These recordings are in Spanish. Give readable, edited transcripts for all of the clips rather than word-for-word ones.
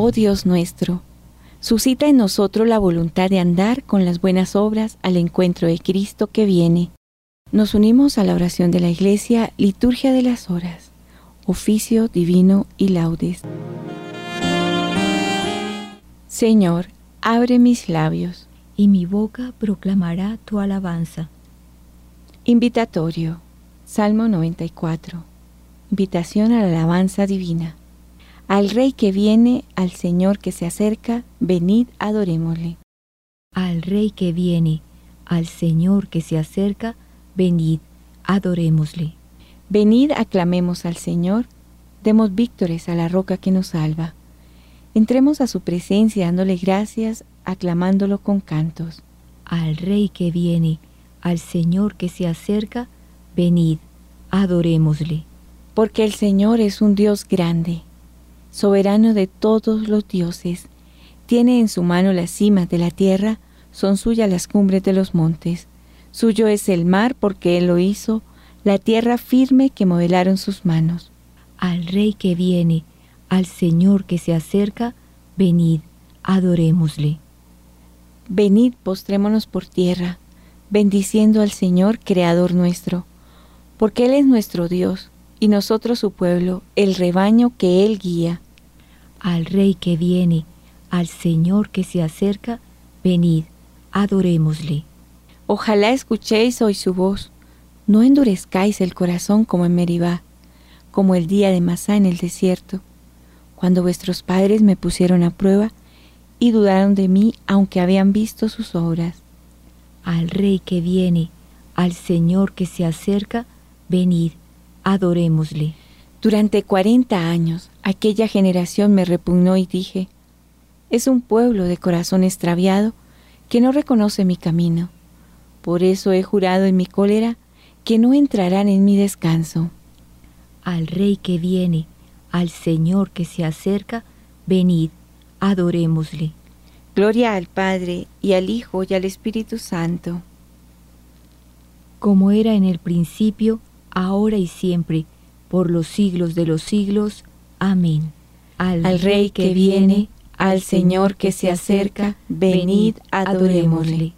oh Dios nuestro, suscita en nosotros la voluntad de andar con las buenas obras al encuentro de Cristo que viene. Nos unimos a la oración de la Iglesia, liturgia de las horas, oficio divino y laudes. Señor, abre mis labios, y mi boca proclamará tu alabanza. Invitatorio, Salmo 94. Invitación a la alabanza divina. Al Rey que viene, al Señor que se acerca, venid, adorémosle. Al Rey que viene, al Señor que se acerca, venid, adorémosle. Venid, aclamemos al Señor, demos víctores a la roca que nos salva. Entremos a su presencia dándole gracias, aclamándolo con cantos. Al Rey que viene, al Señor que se acerca, venid, adorémosle. Porque el Señor es un Dios grande, soberano de todos los dioses. Tiene en su mano las cimas de la tierra, son suyas las cumbres de los montes. Suyo es el mar porque Él lo hizo, la tierra firme que modelaron sus manos. Al Rey que viene, al Señor que se acerca, venid, adorémosle. Venid, postrémonos por tierra, bendiciendo al Señor, Creador nuestro, porque Él es nuestro Dios, y nosotros su pueblo, el rebaño que Él guía. Al Rey que viene, al Señor que se acerca, venid, adorémosle. Ojalá escuchéis hoy su voz, no endurezcáis el corazón como en Meribá, como el día de Masá en el desierto, cuando vuestros padres me pusieron a prueba y dudaron de mí aunque habían visto sus obras. Al Rey que viene, al Señor que se acerca, venid, adorémosle. Durante 40 años aquella generación me repugnó y dije, es un pueblo de corazón extraviado que no reconoce mi camino. Por eso he jurado en mi cólera que no entrarán en mi descanso. Al Rey que viene, al Señor que se acerca, venid, adorémosle. Gloria al Padre, y al Hijo, y al Espíritu Santo. Como era en el principio, ahora y siempre, por los siglos de los siglos. Amén. Al Rey que viene, al Señor que se acerca, venid, adorémosle.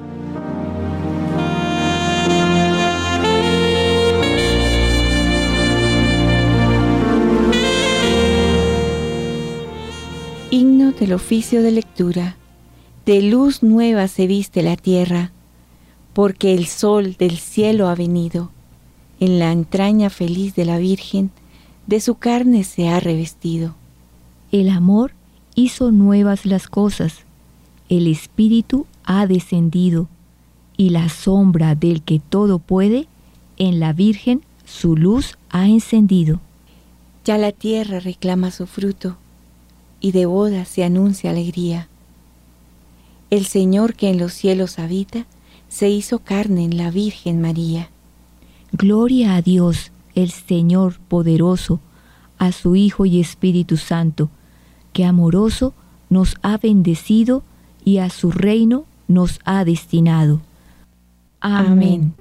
Himno del oficio de lectura. De luz nueva se viste la tierra, porque el sol del cielo ha venido. En la entraña feliz de la Virgen, de su carne se ha revestido. El amor hizo nuevas las cosas, el Espíritu ha descendido, y la sombra del que todo puede, en la Virgen su luz ha encendido. Ya la tierra reclama su fruto, y de boda se anuncia alegría. El Señor que en los cielos habita, se hizo carne en la Virgen María. Gloria a Dios, el Señor poderoso, a su Hijo y Espíritu Santo, que amoroso nos ha bendecido y a su reino nos ha destinado. Amén.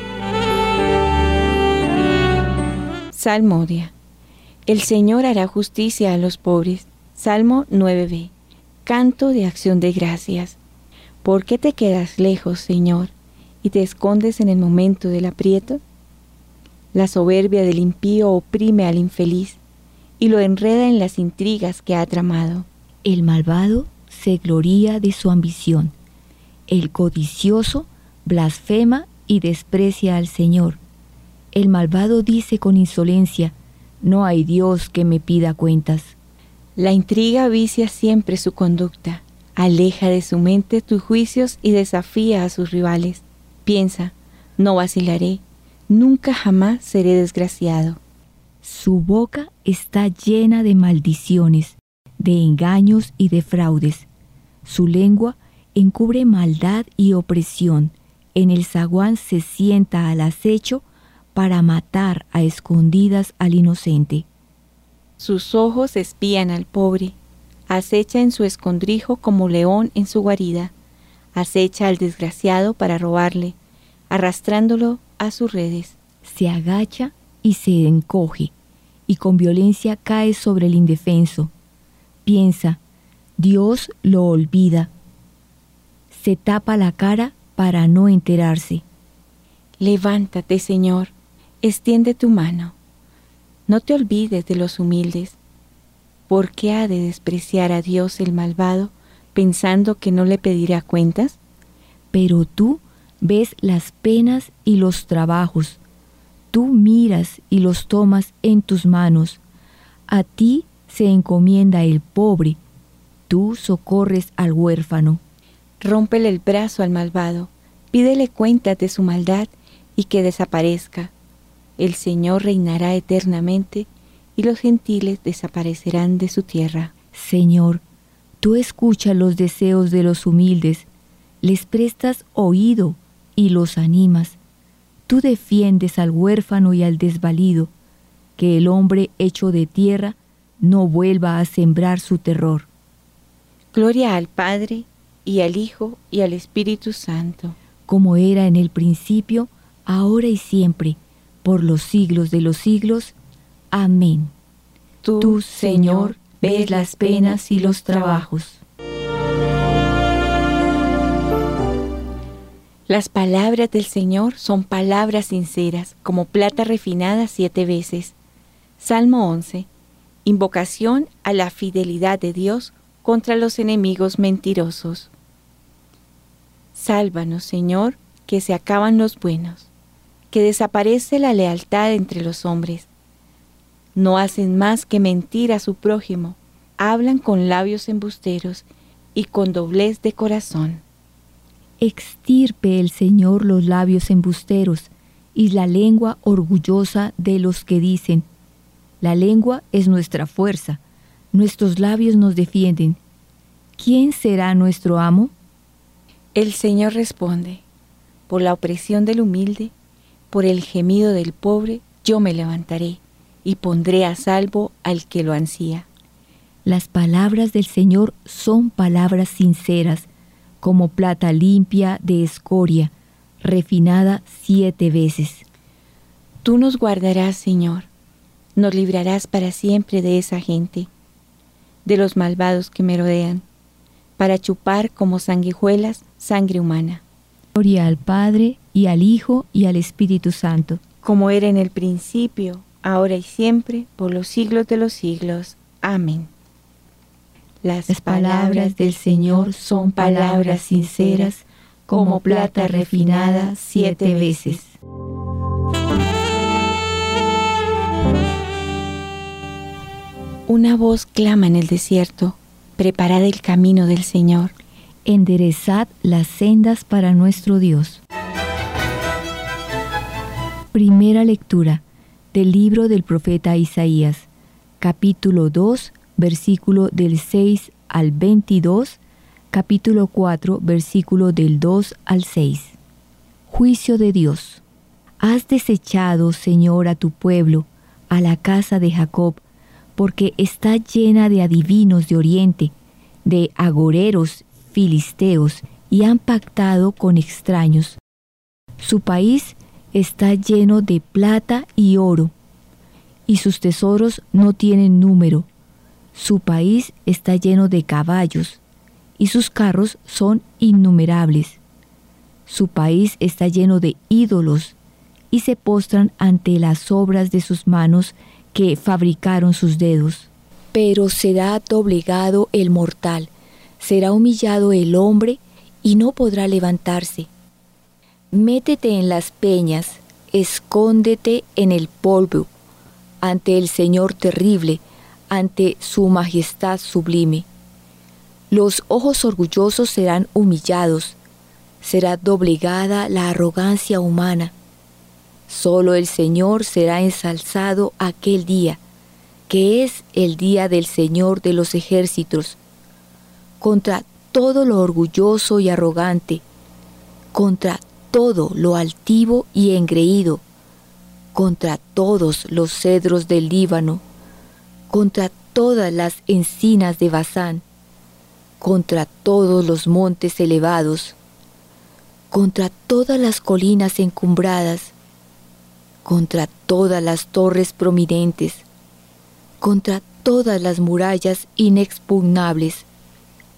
Salmodia. El Señor hará justicia a los pobres. Salmo 9b. Canto de acción de gracias. ¿Por qué te quedas lejos, Señor, y te escondes en el momento del aprieto? La soberbia del impío oprime al infeliz y lo enreda en las intrigas que ha tramado. El malvado se gloría de su ambición. El codicioso blasfema y desprecia al Señor. El malvado dice con insolencia, no hay Dios que me pida cuentas. La intriga vicia siempre su conducta, aleja de su mente tus juicios y desafía a sus rivales. Piensa, no vacilaré, nunca jamás seré desgraciado. Su boca está llena de maldiciones, de engaños y de fraudes. Su lengua encubre maldad y opresión. En el zaguán se sienta al acecho para matar a escondidas al inocente. Sus ojos espían al pobre, acecha en su escondrijo como león en su guarida, acecha al desgraciado para robarle, arrastrándolo a sus redes. Se agacha y se encoge, y con violencia cae sobre el indefenso. Piensa, Dios lo olvida. Se tapa la cara para no enterarse. Levántate, Señor, extiende tu mano. No te olvides de los humildes. ¿Por qué ha de despreciar a Dios el malvado, pensando que no le pedirá cuentas? Pero tú ves las penas y los trabajos. Tú miras y los tomas en tus manos. A ti se encomienda el pobre. Tú socorres al huérfano. Rómpele el brazo al malvado, pídele cuentas de su maldad y que desaparezca. El Señor reinará eternamente y los gentiles desaparecerán de su tierra. Señor, tú escuchas los deseos de los humildes, les prestas oído y los animas. Tú defiendes al huérfano y al desvalido, que el hombre hecho de tierra no vuelva a sembrar su terror. Gloria al Padre, y al Hijo, y al Espíritu Santo. Como era en el principio, ahora y siempre, por los siglos de los siglos. Amén. Tú, Señor, ves las penas y los trabajos. Las palabras del Señor son palabras sinceras, como plata refinada 7 veces. Salmo 11. Invocación a la fidelidad de Dios contra los enemigos mentirosos. Sálvanos, Señor, que se acaban los buenos, que desaparece la lealtad entre los hombres. No hacen más que mentir a su prójimo, hablan con labios embusteros y con doblez de corazón. Extirpe el Señor los labios embusteros y la lengua orgullosa de los que dicen: la lengua es nuestra fuerza, nuestros labios nos defienden. ¿Quién será nuestro amo? El Señor responde: por la opresión del humilde, por el gemido del pobre, yo me levantaré y pondré a salvo al que lo ansía. Las palabras del Señor son palabras sinceras, como plata limpia de escoria, refinada 7 veces. Tú nos guardarás, Señor, nos librarás para siempre de esa gente, de los malvados que merodean, para chupar como sanguijuelas sangre humana. Gloria al Padre, y al Hijo, y al Espíritu Santo. Como era en el principio, ahora y siempre, por los siglos de los siglos. Amén. Las palabras del Señor son palabras sinceras, como plata refinada 7 veces. Una voz clama en el desierto: preparad el camino del Señor. Enderezad las sendas para nuestro Dios. Primera lectura del libro del profeta Isaías, capítulo 2, versículo del 6 al 22, capítulo 4, versículo del 2 al 6. Juicio de Dios. Has desechado, Señor, a tu pueblo, a la casa de Jacob, porque está llena de adivinos de oriente, de agoreros filisteos, y han pactado con extraños. Su país está lleno de plata y oro, y sus tesoros no tienen número. Su país está lleno de caballos, y sus carros son innumerables. Su país está lleno de ídolos, y se postran ante las obras de sus manos que fabricaron sus dedos. Pero será doblegado el mortal, será humillado el hombre, y no podrá levantarse. Métete en las peñas, escóndete en el polvo, ante el Señor terrible, ante su majestad sublime. Los ojos orgullosos serán humillados, será doblegada la arrogancia humana. Solo el Señor será ensalzado aquel día, que es el día del Señor de los ejércitos. Contra todo lo orgulloso y arrogante, contra todo lo altivo y engreído, contra todos los cedros del Líbano, contra todas las encinas de Basán, contra todos los montes elevados, contra todas las colinas encumbradas, contra todas las torres prominentes, contra todas las murallas inexpugnables,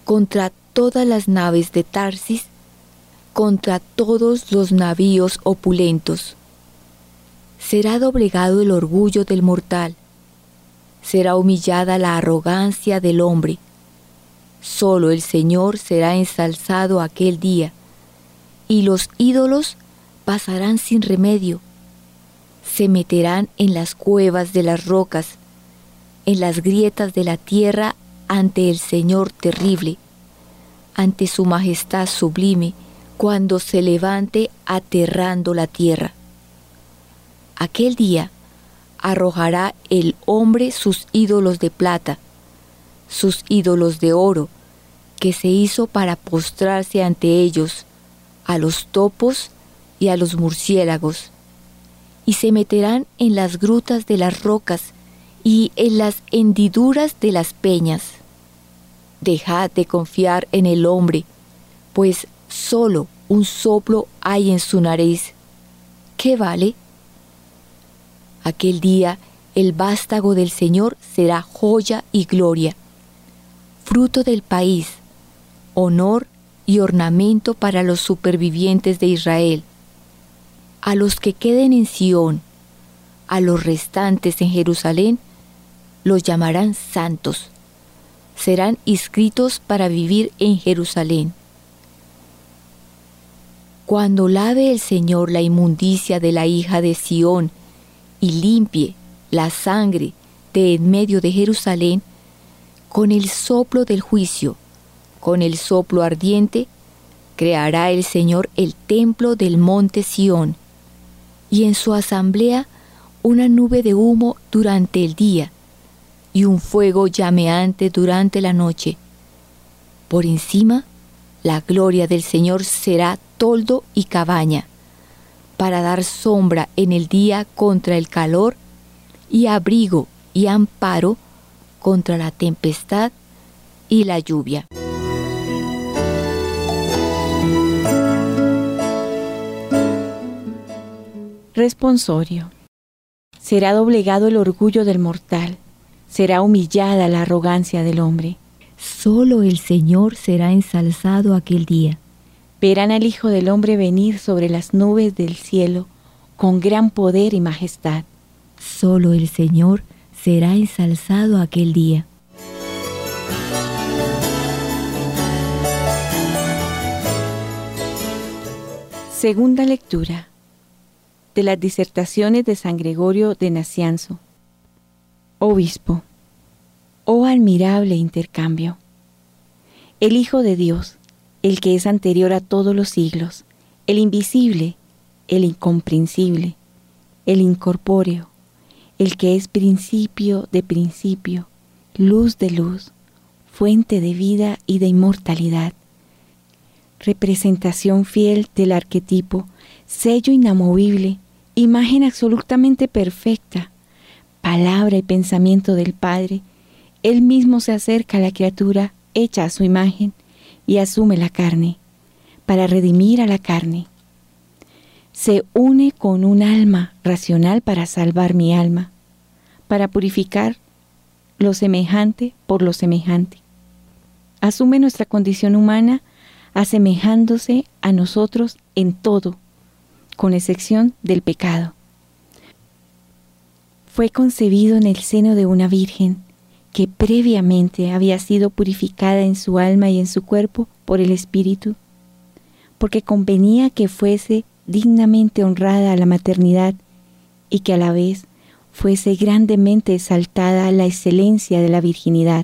contra todas las naves de Tarsis, contra todos los navíos opulentos. Será doblegado el orgullo del mortal, será humillada la arrogancia del hombre. Solo el Señor será ensalzado aquel día, y los ídolos pasarán sin remedio. Se meterán en las cuevas de las rocas, en las grietas de la tierra ante el Señor terrible, ante su majestad sublime, cuando se levante aterrando la tierra. Aquel día arrojará el hombre sus ídolos de plata, sus ídolos de oro, que se hizo para postrarse ante ellos, a los topos y a los murciélagos, y se meterán en las grutas de las rocas y en las hendiduras de las peñas. Dejad de confiar en el hombre, pues solo un soplo hay en su nariz. ¿Qué vale? Aquel día el vástago del Señor será joya y gloria, fruto del país, honor y ornamento para los supervivientes de Israel. A los que queden en Sión, a los restantes en Jerusalén, los llamarán santos. Serán inscritos para vivir en Jerusalén. Cuando lave el Señor la inmundicia de la hija de Sión y limpie la sangre de en medio de Jerusalén, con el soplo del juicio, con el soplo ardiente, creará el Señor el templo del monte Sión, y en su asamblea una nube de humo durante el día, y un fuego llameante durante la noche. Por encima, la gloria del Señor será toldo y cabaña, para dar sombra en el día contra el calor, y abrigo y amparo contra la tempestad y la lluvia. Responsorio. Será doblegado el orgullo del mortal, será humillada la arrogancia del hombre. Solo el Señor será ensalzado aquel día. Verán al Hijo del Hombre venir sobre las nubes del cielo con gran poder y majestad. Solo el Señor será ensalzado aquel día. Segunda lectura de las disertaciones de San Gregorio de Nacianzo. Obispo, oh admirable intercambio. El Hijo de Dios, el que es anterior a todos los siglos, el invisible, el incomprensible, el incorpóreo, el que es principio de principio, luz de luz, fuente de vida y de inmortalidad, representación fiel del arquetipo, sello inamovible, imagen absolutamente perfecta, palabra y pensamiento del Padre, Él mismo se acerca a la criatura hecha a su imagen y asume la carne, para redimir a la carne. Se une con un alma racional para salvar mi alma, para purificar lo semejante por lo semejante. Asume nuestra condición humana asemejándose a nosotros en todo, con excepción del pecado. Fue concebido en el seno de una virgen que previamente había sido purificada en su alma y en su cuerpo por el Espíritu, porque convenía que fuese dignamente honrada a la maternidad y que a la vez fuese grandemente exaltada la excelencia de la virginidad.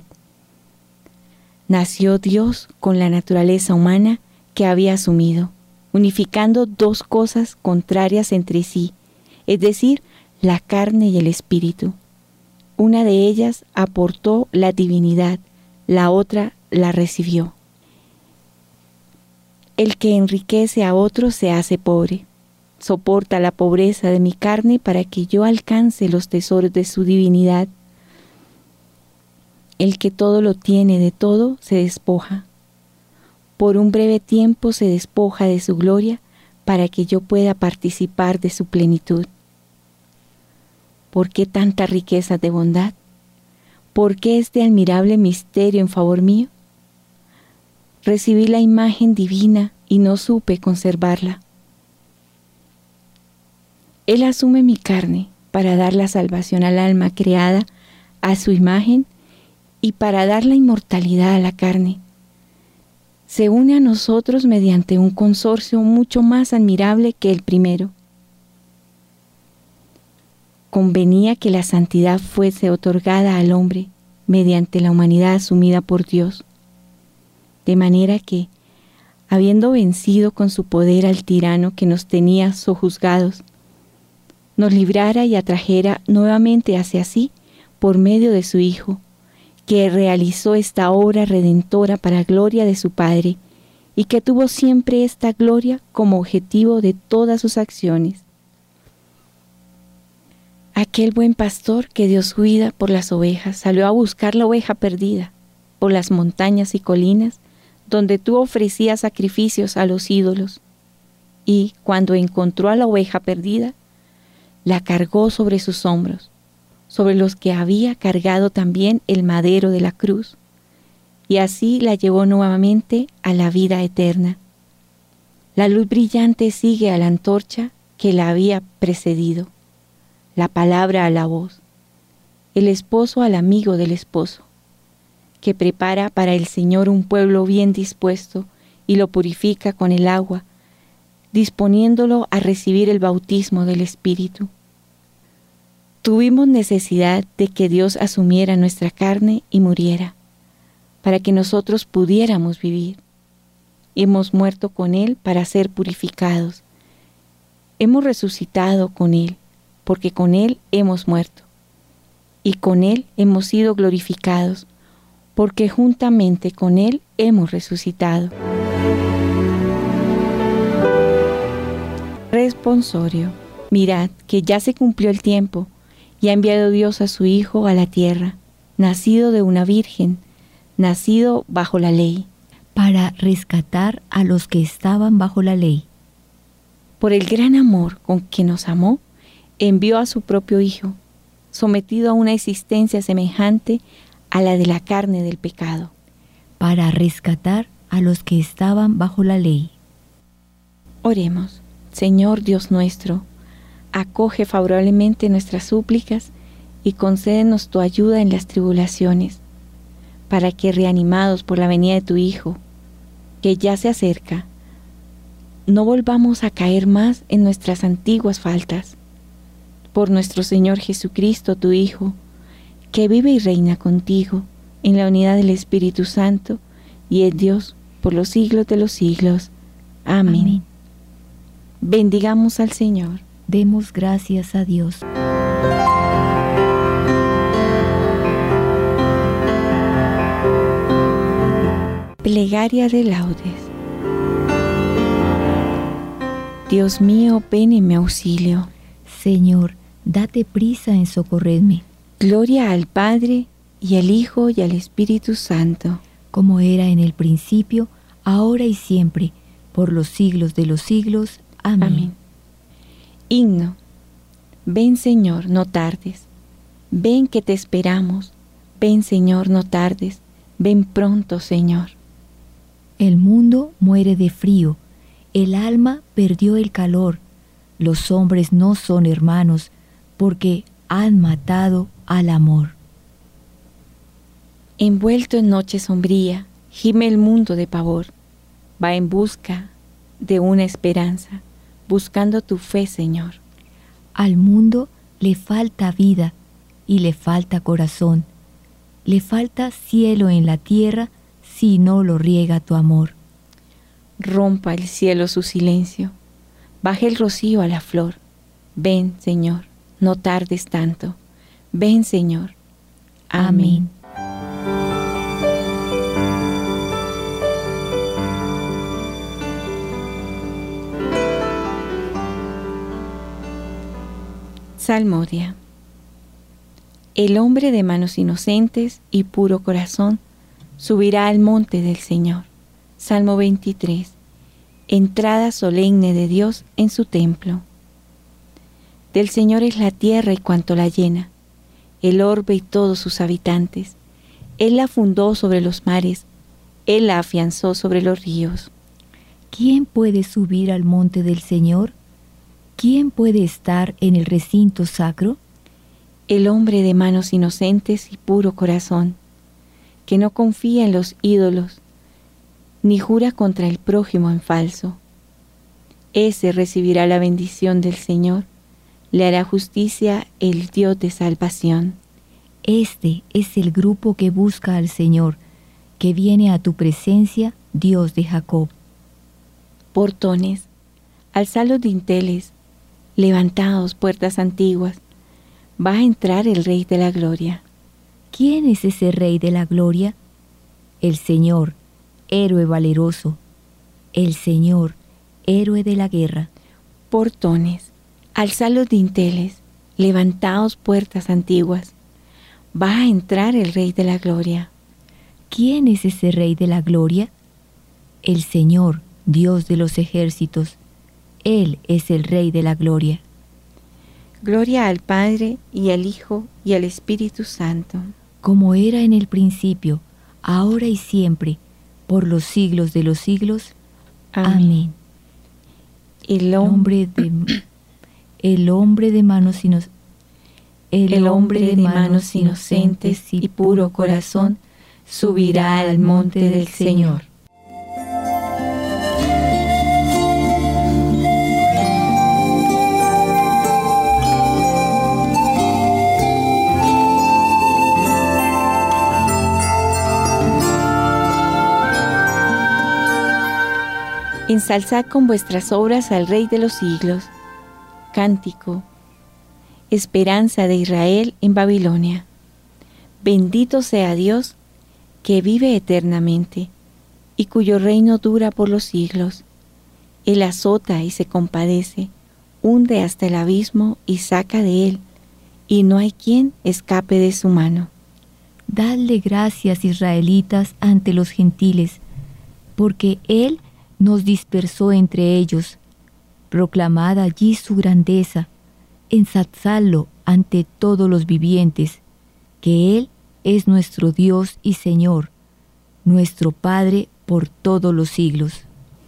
Nació Dios con la naturaleza humana que había asumido, unificando dos cosas contrarias entre sí, es decir, la carne y el espíritu. Una de ellas aportó la divinidad, la otra la recibió. El que enriquece a otro se hace pobre. Soporta la pobreza de mi carne para que yo alcance los tesoros de su divinidad. El que todo lo tiene de todo se despoja. Por un breve tiempo se despoja de su gloria para que yo pueda participar de su plenitud. ¿Por qué tanta riqueza de bondad? ¿Por qué este admirable misterio en favor mío? recibí la imagen divina y no supe conservarla. Él asume mi carne para dar la salvación al alma creada a su imagen y para dar la inmortalidad a la carne. Se une a nosotros mediante un consorcio mucho más admirable que el primero. Convenía que la santidad fuese otorgada al hombre mediante la humanidad asumida por Dios, de manera que, habiendo vencido con su poder al tirano que nos tenía sojuzgados, nos librara y atrajera nuevamente hacia sí por medio de su Hijo, que realizó esta obra redentora para gloria de su Padre y que tuvo siempre esta gloria como objetivo de todas sus acciones. Aquel buen pastor que Dios cuida por las ovejas salió a buscar la oveja perdida por las montañas y colinas donde tú ofrecías sacrificios a los ídolos, y cuando encontró a la oveja perdida, la cargó sobre sus hombros, sobre los que había cargado también el madero de la cruz, y así la llevó nuevamente a la vida eterna. La luz brillante sigue a la antorcha que la había precedido, la palabra a la voz, el esposo al amigo del esposo, que prepara para el Señor un pueblo bien dispuesto y lo purifica con el agua, disponiéndolo a recibir el bautismo del Espíritu. Tuvimos necesidad de que Dios asumiera nuestra carne y muriera, para que nosotros pudiéramos vivir. Hemos muerto con Él para ser purificados. Hemos resucitado con Él, porque con Él hemos muerto. Y con Él hemos sido glorificados, porque juntamente con Él hemos resucitado. Responsorio. Mirad que ya se cumplió el tiempo, y ha enviado Dios a su Hijo a la tierra, nacido de una virgen, nacido bajo la ley, para rescatar a los que estaban bajo la ley. Por el gran amor con que nos amó, envió a su propio Hijo, sometido a una existencia semejante a la de la carne del pecado, para rescatar a los que estaban bajo la ley. Oremos. Señor Dios nuestro, acoge favorablemente nuestras súplicas y concédenos tu ayuda en las tribulaciones, para que, reanimados por la venida de tu Hijo, que ya se acerca, no volvamos a caer más en nuestras antiguas faltas. Por nuestro Señor Jesucristo, tu Hijo, que vive y reina contigo en la unidad del Espíritu Santo y es Dios por los siglos de los siglos. Amén. Amén. Bendigamos al Señor. Demos gracias a Dios. Plegaria de laudes. Dios mío, ven en mi auxilio. Señor, date prisa en socorrerme. Gloria al Padre, y al Hijo, y al Espíritu Santo. Como era en el principio, ahora y siempre, por los siglos de los siglos. Amén. Amén. Himno. Ven, Señor, no tardes. Ven que te esperamos. Ven, Señor, no tardes. Ven pronto, Señor. El mundo muere de frío, el alma perdió el calor. Los hombres no son hermanos, porque han matado al amor. Envuelto en noche sombría, gime el mundo de pavor. Va en busca de una esperanza, buscando tu fe, Señor. Al mundo le falta vida y le falta corazón. Le falta cielo en la tierra si no lo riega tu amor. Rompa el cielo su silencio, baje el rocío a la flor. Ven, Señor, no tardes tanto. Ven, Señor. Amén. Salmodia. El hombre de manos inocentes y puro corazón subirá al monte del Señor. Salmo 23. Entrada solemne de Dios en su templo. Del Señor es la tierra y cuanto la llena, el orbe y todos sus habitantes. Él la fundó sobre los mares Él la afianzó sobre los ríos. ¿Quién puede subir al monte del Señor? ¿Quién puede estar en el recinto sacro? El hombre de manos inocentes y puro corazón, que no confía en los ídolos, ni jura contra el prójimo en falso. Ese recibirá la bendición del Señor, le hará justicia el Dios de salvación. Este es el grupo que busca al Señor, que viene a tu presencia, Dios de Jacob. Portones, alzad los dinteles, levantaos puertas antiguas, va a entrar el Rey de la Gloria. ¿Quién es ese Rey de la Gloria? El Señor, héroe valeroso, el Señor, héroe de la guerra. Portones, alzad los dinteles, levantaos puertas antiguas, va a entrar el Rey de la Gloria. ¿Quién es ese Rey de la Gloria? El Señor, Dios de los ejércitos. Él es el Rey de la Gloria. Gloria al Padre, y al Hijo, y al Espíritu Santo. Como era en el principio, ahora y siempre, por los siglos de los siglos. Amén. El hombre de manos inocentes y puro corazón subirá al monte del Señor. Ensalzad con vuestras obras al Rey de los siglos. Cántico. Esperanza de Israel en Babilonia. Bendito sea Dios, que vive eternamente, y cuyo reino dura por los siglos. Él azota y se compadece, hunde hasta el abismo y saca de él, y no hay quien escape de su mano. Dadle gracias, israelitas, ante los gentiles, porque Él nos dispersó entre ellos. Proclamad allí su grandeza, ensalzadlo ante todos los vivientes, que Él es nuestro Dios y Señor, nuestro Padre por todos los siglos.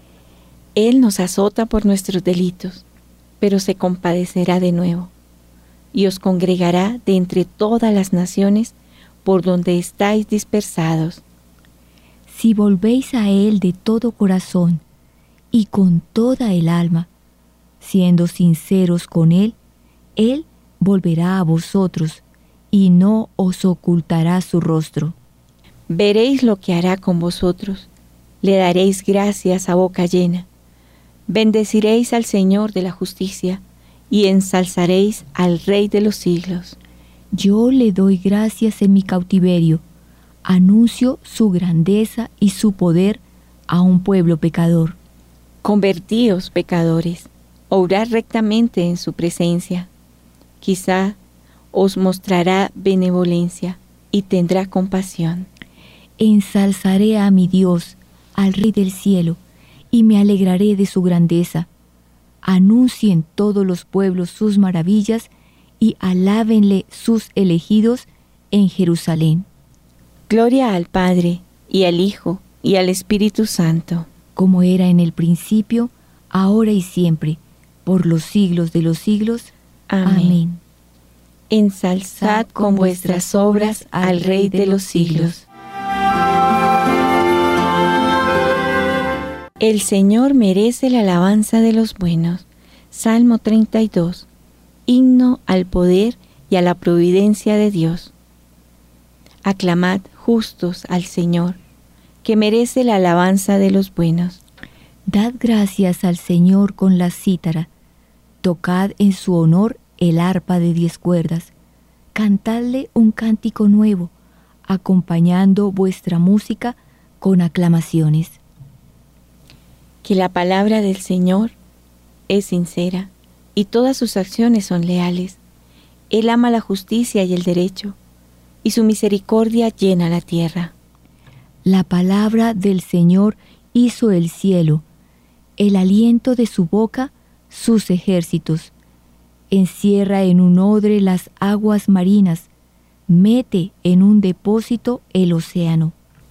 Él nos azota por nuestros delitos, pero se compadecerá de nuevo, y os congregará de entre todas las naciones por donde estáis dispersados. Si volvéis a Él de todo corazón y con toda el alma, siendo sinceros con Él, Él volverá a vosotros y no os ocultará su rostro. Veréis lo que hará con vosotros, le daréis gracias a boca llena. Bendeciréis al Señor de la justicia y ensalzaréis al Rey de los siglos. Yo le doy gracias en mi cautiverio, anuncio su grandeza y su poder a un pueblo pecador. Convertíos, pecadores, obrad rectamente en su presencia. Quizá os mostrará benevolencia y tendrá compasión. Ensalzaré a mi Dios, al Rey del cielo, y me alegraré de su grandeza. Anuncien todos los pueblos sus maravillas y alábenle sus elegidos en Jerusalén. Gloria al Padre, y al Hijo, y al Espíritu Santo. Como era en el principio, ahora y siempre, por los siglos de los siglos. Amén. Ensalzad con vuestras obras al Rey de los siglos. El Señor merece la alabanza de los buenos. Salmo 32. Himno al poder y a la providencia de Dios. Aclamad justos al Señor, que merece la alabanza de los buenos. Dad gracias al Señor con la cítara, tocad en su honor el arpa de 10 cuerdas, cantadle un cántico nuevo, acompañando vuestra música con aclamaciones. Que la palabra del Señor es sincera y todas sus acciones son leales. Él ama la justicia y el derecho, y su misericordia llena la tierra. La palabra del Señor hizo el cielo, el aliento de su boca sus ejércitos. Encierra en un odre las aguas marinas, mete en un depósito el océano.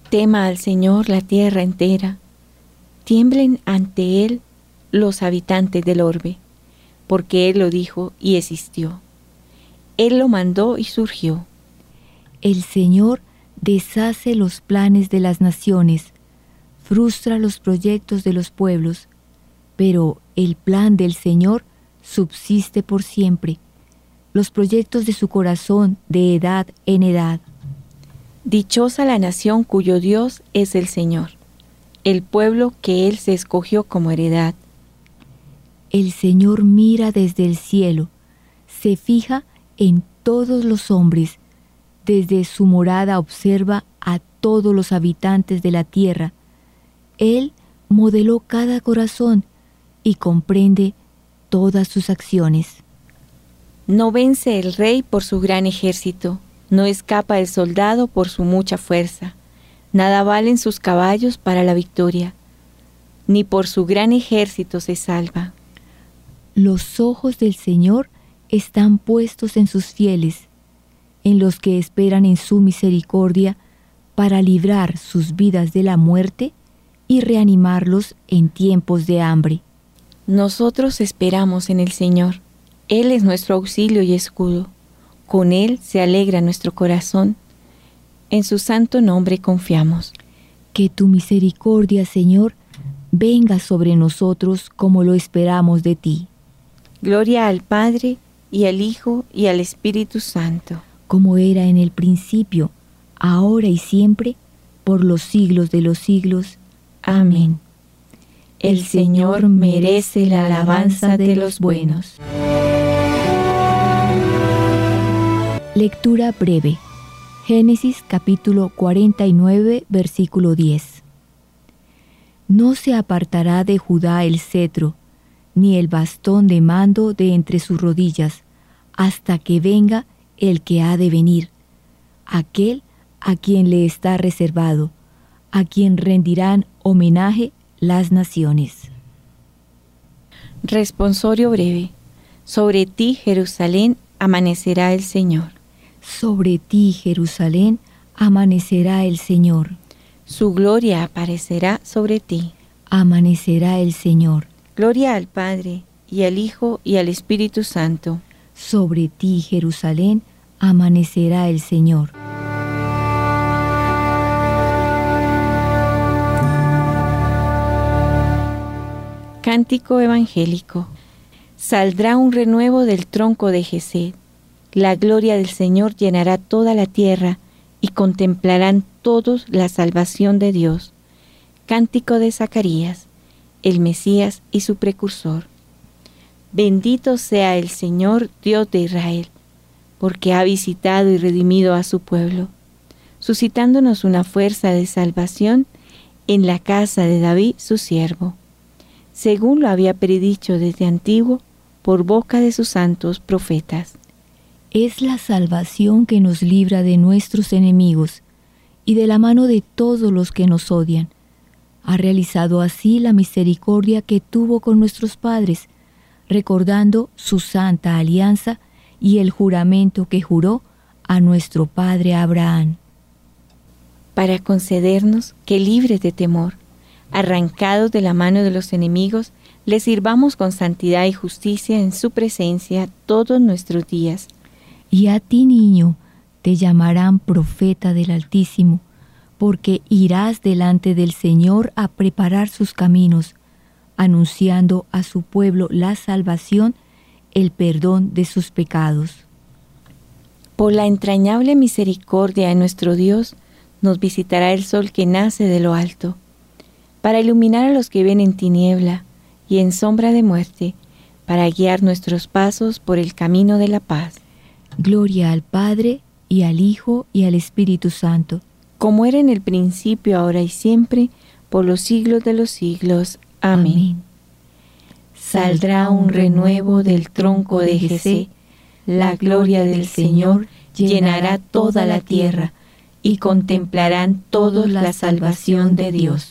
Tema al Señor la tierra entera, tiemblen ante Él los habitantes del orbe, porque Él lo dijo y existió. Él lo mandó y surgió. El Señor deshace los planes de las naciones, frustra los proyectos de los pueblos, pero el plan del Señor subsiste por siempre, los proyectos de su corazón de edad en edad. Dichosa la nación cuyo Dios es el Señor, el pueblo que Él se escogió como heredad. El Señor mira desde el cielo, se fija en todos los hombres, desde su morada observa a todos los habitantes de la tierra. Él modeló cada corazón y comprende todas sus acciones. No vence el rey por su gran ejército, no escapa el soldado por su mucha fuerza. Nada valen sus caballos para la victoria, ni por su gran ejército se salva. Los ojos del Señor están puestos en sus fieles, en los que esperan en su misericordia para librar sus vidas de la muerte y reanimarlos en tiempos de hambre. Nosotros esperamos en el Señor. Él es nuestro auxilio y escudo. Con Él se alegra nuestro corazón. En su santo nombre confiamos. Que tu misericordia, Señor, venga sobre nosotros como lo esperamos de ti. Gloria al Padre, y al Hijo, y al Espíritu Santo. Como era en el principio, ahora y siempre, por los siglos de los siglos. Amén. El Señor merece la alabanza de los buenos. Lectura breve. Génesis capítulo 49, versículo 10. No se apartará de Judá el cetro, ni el bastón de mando de entre sus rodillas, hasta que venga el que ha de venir, aquel a quien le está reservado, a quien rendirán homenaje las naciones. Responsorio breve. Sobre ti, Jerusalén, amanecerá el Señor. Sobre ti, Jerusalén, amanecerá el Señor. Su gloria aparecerá sobre ti. Amanecerá el Señor. Gloria al Padre, y al Hijo, y al Espíritu Santo. Sobre ti, Jerusalén, amanecerá el Señor. Cántico evangélico. Saldrá un renuevo del tronco de Jesé. La gloria del Señor llenará toda la tierra, y contemplarán todos la salvación de Dios. Cántico de Zacarías, el Mesías y su precursor. Bendito sea el Señor, Dios de Israel, porque ha visitado y redimido a su pueblo, suscitándonos una fuerza de salvación en la casa de David, su siervo, según lo había predicho desde antiguo por boca de sus santos profetas. Es la salvación que nos libra de nuestros enemigos y de la mano de todos los que nos odian. Ha realizado así la misericordia que tuvo con nuestros padres, recordando su santa alianza y el juramento que juró a nuestro padre Abraham. Para concedernos que, libres de temor, arrancados de la mano de los enemigos, le sirvamos con santidad y justicia en su presencia todos nuestros días. Y a ti, niño, te llamarán profeta del Altísimo, porque irás delante del Señor a preparar sus caminos, anunciando a su pueblo la salvación, el perdón de sus pecados. Por la entrañable misericordia de nuestro Dios, nos visitará el sol que nace de lo alto, para iluminar a los que viven en tiniebla y en sombra de muerte, para guiar nuestros pasos por el camino de la paz. Gloria al Padre, y al Hijo, y al Espíritu Santo. Como era en el principio, ahora y siempre, por los siglos de los siglos. Amén. Saldrá un renuevo del tronco de Jesé, la gloria del Señor llenará toda la tierra, y contemplarán todos la salvación de Dios.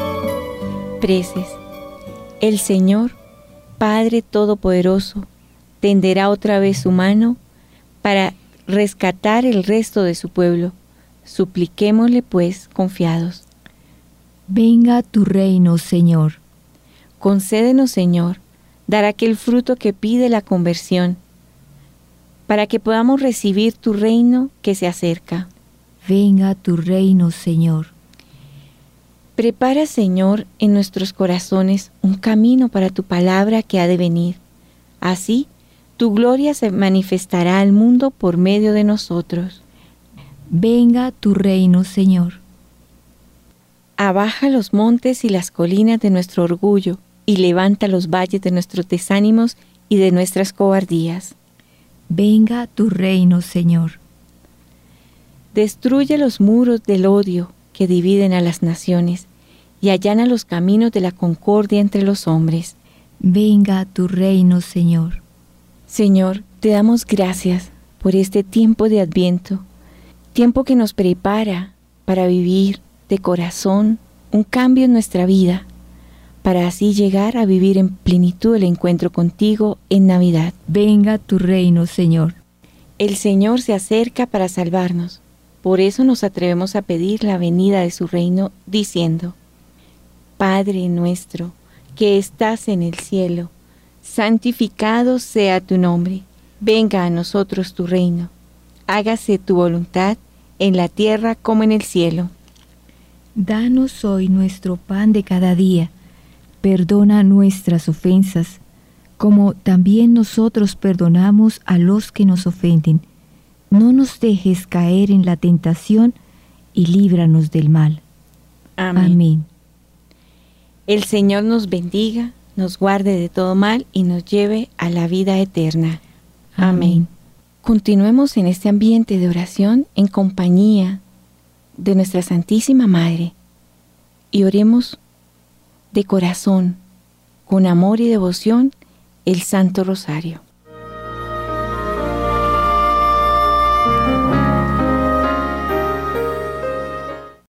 Preces. El Señor, Padre Todopoderoso, tenderá otra vez su mano para rescatar el resto de su pueblo. Supliquémosle pues confiados. Venga tu reino, Señor. Concédenos, Señor, dar aquel fruto que pide la conversión, para que podamos recibir tu reino que se acerca. Venga tu reino, Señor. Prepara, Señor, en nuestros corazones un camino para tu palabra que ha de venir. Así, tu gloria se manifestará al mundo por medio de nosotros. Venga tu reino, Señor. Abaja los montes y las colinas de nuestro orgullo, y levanta los valles de nuestros desánimos y de nuestras cobardías. Venga tu reino, Señor. Destruye los muros del odio que dividen a las naciones, y allana los caminos de la concordia entre los hombres. Venga tu reino, Señor. Señor, te damos gracias por este tiempo de Adviento, tiempo que nos prepara para vivir de corazón un cambio en nuestra vida, para así llegar a vivir en plenitud el encuentro contigo en Navidad. Venga tu reino, Señor. El Señor se acerca para salvarnos. Por eso nos atrevemos a pedir la venida de su reino, diciendo: Padre nuestro, que estás en el cielo, santificado sea tu nombre. Venga a nosotros tu reino. Hágase tu voluntad en la tierra como en el cielo. Danos hoy nuestro pan de cada día. Perdona nuestras ofensas, como también nosotros perdonamos a los que nos ofenden. No nos dejes caer en la tentación y líbranos del mal. Amén. Amén. El Señor nos bendiga, nos guarde de todo mal y nos lleve a la vida eterna. Amén. Continuemos en este ambiente de oración en compañía de nuestra Santísima Madre y oremos de corazón, con amor y devoción, el Santo Rosario.